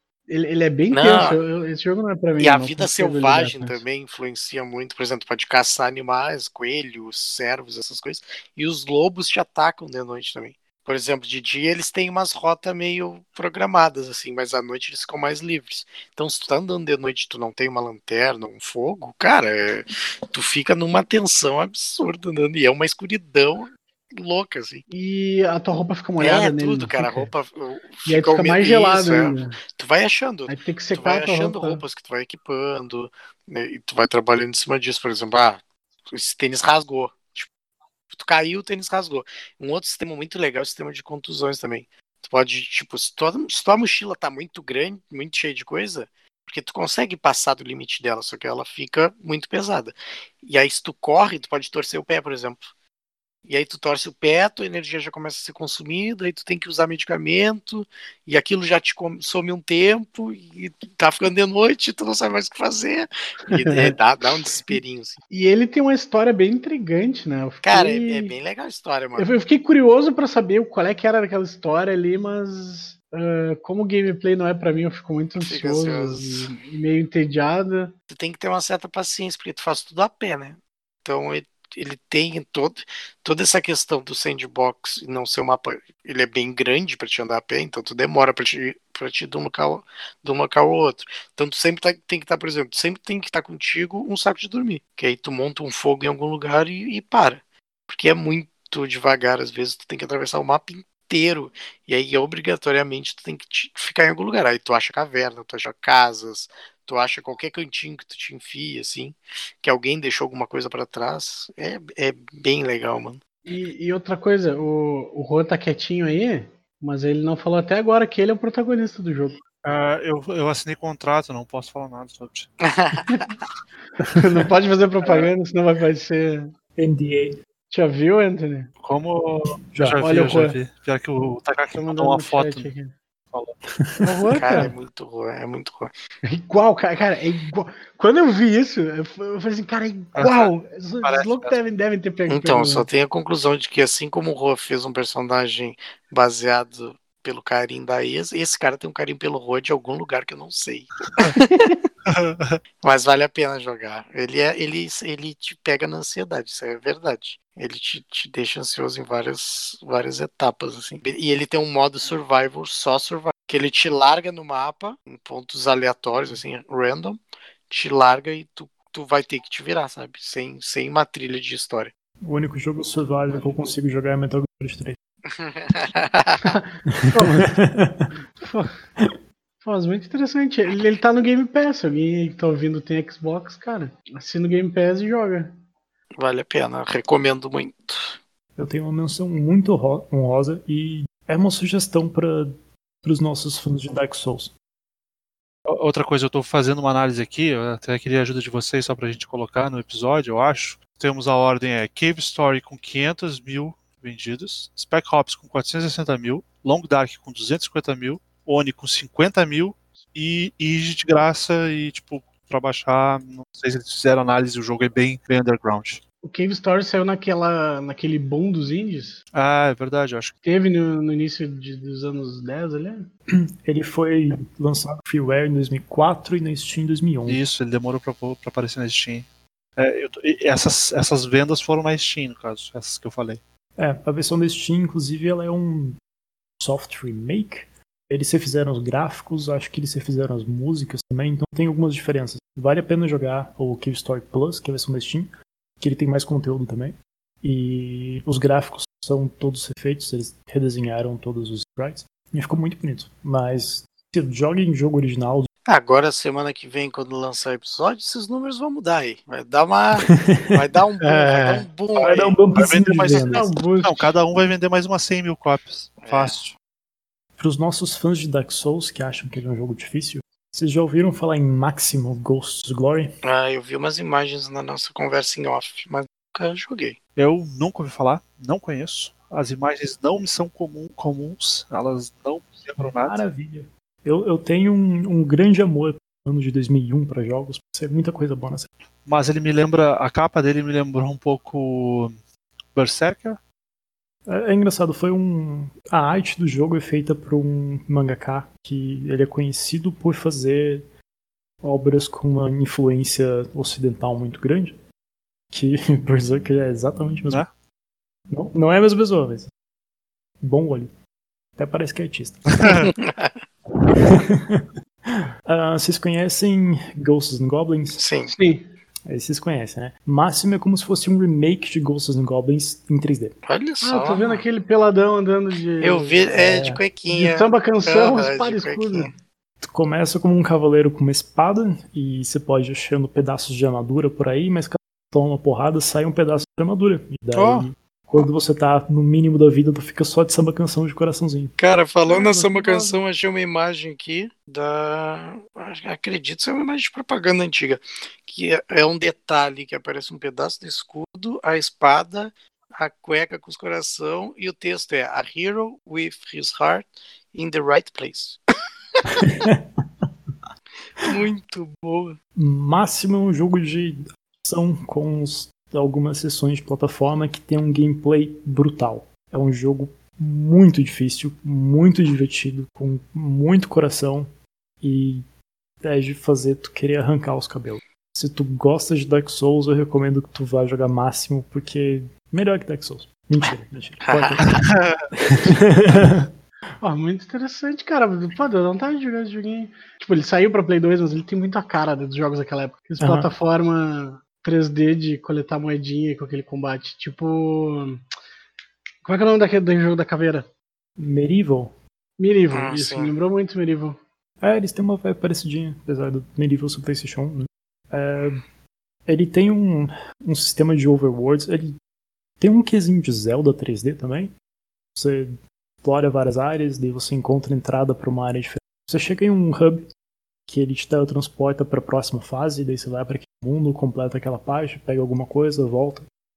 Ele é bem tenso, esse jogo não é pra mim. E a vida selvagem também influencia muito, por exemplo, pode caçar animais, coelhos, cervos, essas coisas, e os lobos te atacam de noite também. Por exemplo, de dia eles têm umas rotas meio programadas, assim, mas à noite eles ficam mais livres. Então, se tu tá andando de noite e tu não tem uma lanterna, um fogo, cara, tu fica numa tensão absurda andando, e é uma escuridão louca, assim. E a tua roupa fica molhada nele? Tudo, cara, a roupa e aí fica mais gelado ainda. Tu vai achando. Aí tem que secar tu vai achando roupas que tu vai equipando, né, e tu vai trabalhando em cima disso. Por exemplo, esse tênis rasgou. Tipo, tu caiu, o tênis rasgou. Um outro sistema muito legal é o sistema de contusões também. Tu pode, tipo, se tua mochila tá muito grande, muito cheia de coisa, porque tu consegue passar do limite dela, só que ela fica muito pesada. E aí, se tu corre, tu pode torcer o pé, por exemplo. E aí tu torce o pé, tua energia já começa a ser consumida, aí tu tem que usar medicamento, e aquilo já te consome um tempo, e tá ficando de noite, tu não sabe mais o que fazer. E dá um desesperinho, assim. E ele tem uma história bem intrigante, né? Cara, é bem legal a história, mano. Eu fiquei curioso pra saber qual é que era aquela história ali, mas como o gameplay não é pra mim, eu fico muito ansioso e meio entediado. Tu tem que ter uma certa paciência, porque tu faz tudo a pé, né? Então ele tem toda essa questão do sandbox e não ser um mapa. Ele é bem grande para te andar a pé, então tu demora para te ir de um local ao outro. Então tu sempre tem que estar, por exemplo, sempre tem que estar contigo um saco de dormir. Que aí tu monta um fogo em algum lugar e para. Porque é muito devagar, às vezes tu tem que atravessar o mapa inteiro. E aí obrigatoriamente tu tem que ficar em algum lugar. Aí tu acha caverna, tu acha casas, tu acha qualquer cantinho que tu te enfia, assim, que alguém deixou alguma coisa pra trás, é bem legal, mano. E outra coisa, o Rô tá quietinho aí, mas ele não falou até agora que ele é o protagonista do jogo. Eu assinei contrato, não posso falar nada sobre isso. Não pode fazer propaganda, senão vai parecer NDA. Já viu, Anthony? Como. Já. Já Olha vi, o já Juan. vi. Pior que o Takaki Tô mandou mandando uma no foto. chat aqui. Falou. Horror, Cara, é cara. muito ruim, é muito ruim. É igual, cara, é igual. Quando eu vi isso, eu falei assim, cara, é igual. Os loucos devem ter pego. Então, só tem a conclusão de que assim como o Roa fez um personagem baseado pelo carinho da ex, esse cara tem um carinho pelo Roa de algum lugar que eu não sei. Mas vale a pena jogar. Ele te pega na ansiedade, isso é verdade. Ele te deixa ansioso em várias etapas, assim. E ele tem um modo survival, só survival, que ele te larga no mapa, em pontos aleatórios, assim, random, te larga e tu vai ter que te virar, sabe? Sem uma trilha de história. O único jogo survival que eu consigo jogar é Metal Gear Solid 3. Pô, mas muito interessante. Ele tá no Game Pass. Alguém que tá ouvindo tem Xbox, cara. Assina o Game Pass e joga. Vale a pena, recomendo muito. Eu tenho uma menção muito honrosa e é uma sugestão para os nossos fãs de Dark Souls. Outra coisa, eu estou fazendo uma análise aqui, eu até queria a ajuda de vocês só pra gente colocar no episódio, eu acho. Temos a ordem Cave Story com 500 mil vendidos, Spec Ops com 460 mil, Long Dark com 250 mil, Oni com 50 mil e Ige de graça e, tipo, pra baixar, não sei se eles fizeram análise, o jogo é bem underground. O Cave Story saiu naquele boom dos indies. Ah, é verdade, eu acho que Teve no início dos anos 10 ali. Ele foi lançado no freeware em 2004 e na Steam em 2011. isso, ele demorou pra aparecer na Steam. Essas vendas foram na Steam, no caso, essas que eu falei. A versão da Steam, inclusive, ela é um soft remake. Eles refizeram os gráficos, acho que eles refizeram as músicas também, então tem algumas diferenças. Vale a pena jogar o Cave Story Plus, que é a versão da Steam, que ele tem mais conteúdo também. E os gráficos são todos refeitos, eles redesenharam todos os sprites. E ficou muito bonito. Mas se joga em jogo original. Agora, semana que vem, quando lançar o episódio, esses números vão mudar aí. Vai dar um boom, vai dar um boom. Vai dar um Vai bumpzinho vender de mais vendas. Não, cada um vai vender mais umas 100 mil cópias. Fácil. Para os nossos fãs de Dark Souls que acham que ele é um jogo difícil, vocês já ouviram falar em Maximum Ghost's Glory? Eu vi umas imagens na nossa conversa em off, mas nunca joguei. Eu nunca ouvi falar, não conheço. As imagens não me são comuns, elas não me lembram nada. Maravilha. Eu tenho um grande amor no ano de 2001 para jogos, por ser muita coisa boa nessa. Mas ele me lembra, a capa dele me lembrou um pouco Berserker. É engraçado, a arte do jogo é feita por um mangaka que ele é conhecido por fazer obras com uma influência ocidental muito grande, que Berserker é exatamente a mesma. Não é a mesma pessoa, mas bom olho. Até parece que é artista. Vocês conhecem Ghosts and Goblins? Sim. Aí vocês conhecem, né? Máximo é como se fosse um remake de Ghosts and Goblins em 3D. Olha só. Tô vendo aquele peladão andando de. Eu vi, de cuequinha. De samba canção, Aham, espada de escuda. cuequinha. Tu começa como um cavaleiro com uma espada e você pode ir achando pedaços de armadura por aí, mas cada toma uma porrada sai um pedaço de armadura. E daí, quando você tá no mínimo da vida, tu fica só de samba canção de coraçãozinho. Cara, falando na samba canção, achei uma imagem aqui acredito ser uma imagem de propaganda antiga, que é um detalhe que aparece um pedaço do escudo, a espada, a cueca com os coração e o texto é A Hero with his heart in the right place. Muito boa. Máximo é um jogo de ação com algumas sessões de plataforma que tem um gameplay brutal. É um jogo muito difícil, muito divertido, com muito coração e é de fazer tu querer arrancar os cabelos. Se tu gosta de Dark Souls, eu recomendo que tu vá jogar Máximo, porque melhor que Dark Souls. Mentira. Muito interessante, cara. Pô, deu vontade de jogar esse joguinho. Tipo, ele saiu pra Play 2, mas ele tem muito a cara dos jogos daquela época. Essa plataforma 3D de coletar moedinha com aquele combate. Tipo. Como é que é o nome do jogo da caveira? Medieval. Isso, sim. me lembrou muito Medieval. Eles têm uma vibe parecidinha, apesar do Medieval Super PlayStation 1. Né? Ele tem um sistema de overworlds. Ele tem um quesinho de Zelda 3D também. Você explora várias áreas, daí você encontra entrada para uma área diferente. Você chega em um hub que ele te teletransporta para a próxima fase, daí você vai para aquele mundo, completa aquela parte, pega alguma coisa, volta.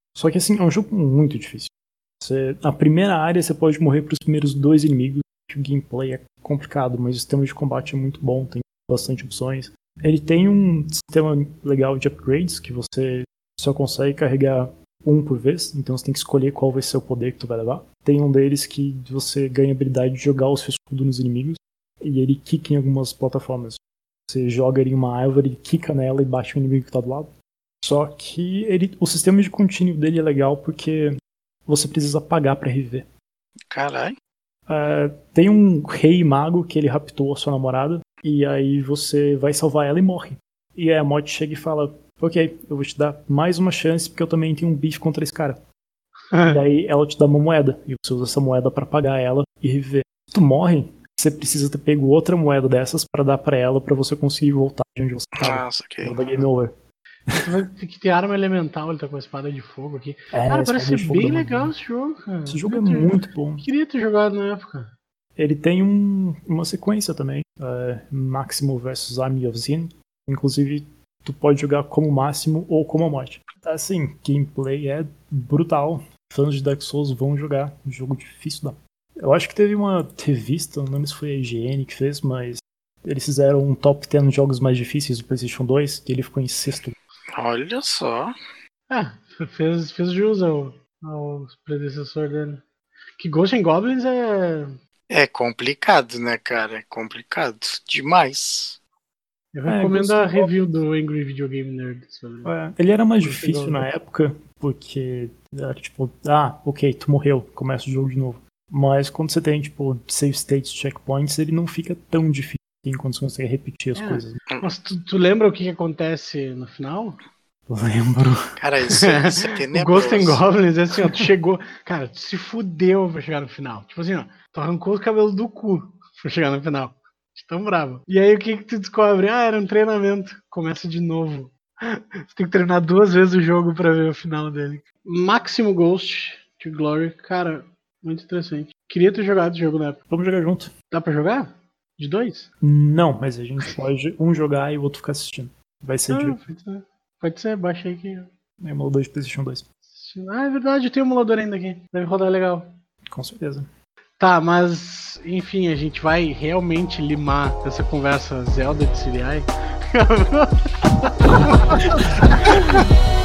Só que assim, é um jogo muito difícil. Na primeira área você pode morrer pros primeiros 2 inimigos, que o gameplay é complicado, mas o sistema de combate é muito bom, tem bastante opções. Ele tem um sistema legal de upgrades, que você só consegue carregar um por vez, então você tem que escolher qual vai ser o poder que tu vai levar. Tem um deles que você ganha a habilidade de jogar o seu escudo nos inimigos, e ele quica em algumas plataformas. Você joga ele em uma árvore, quica nela e bate o inimigo que tá do lado. Só que o sistema de contínuo dele é legal porque você precisa pagar pra reviver. Caralho. Tem um rei mago que ele raptou a sua namorada, e aí você vai salvar ela e morre. E aí a morte chega e fala, ok, eu vou te dar mais uma chance porque eu também tenho um bife contra esse cara. E aí ela te dá uma moeda, e você usa essa moeda pra pagar ela e reviver. Se tu morre, você precisa ter pego outra moeda dessas pra dar pra ela pra você conseguir voltar de onde você tava. Nossa, ok. Game over. Você vai ter que ter arma elemental, ele tá com a espada de fogo aqui. É, Cara, espada parece de ser fogo bem da legal Magnum. esse jogo, cara. Esse jogo é muito bom. Queria ter jogado na época. Ele tem uma sequência também, Máximo vs Army of Zin. Inclusive, tu pode jogar como Máximo ou como a morte. Assim, gameplay é brutal. Fãs de Dark Souls vão jogar. Um jogo difícil da... Eu acho que teve uma revista, não lembro se foi a IGN que fez, mas eles fizeram um top 10 jogos mais difíceis do PlayStation 2 e ele ficou em 6º. Olha só. Fez jus ao predecessor dele. Que Ghosts and Goblins É complicado, né, cara? É complicado. Demais. Eu recomendo Ghosts a and review do Angry Video Game Nerd sobre. Ele era mais Ghosts and difícil na Goblins. época, porque era tipo, ok, tu morreu, começa o jogo de novo. Mas quando você tem, tipo, save states, checkpoints, ele não fica tão difícil quando você consegue repetir as coisas. Mas tu lembra o que acontece no final? Lembro. Cara, isso é O tenebroso. Ghosts and Goblins é assim, ó, tu chegou. Cara, tu se fudeu pra chegar no final. Tipo assim, ó, tu arrancou os cabelos do cu pra chegar no final. De tão bravo. E aí o que tu descobre? Era um treinamento. Começa de novo. Você tem que treinar 2 vezes o jogo pra ver o final dele. Máximo Ghost to Glory. Cara, muito interessante. Queria ter jogado o jogo na época. Vamos jogar junto? Dá pra jogar? De 2? Não, mas a gente pode um jogar e o outro ficar assistindo. Vai ser de Pode ser, baixa aí que. emulador de PlayStation 2. É verdade, eu tenho um emulador ainda aqui. Deve rodar legal. Com certeza. Tá, mas enfim, a gente vai realmente limar essa conversa Zelda de CDI.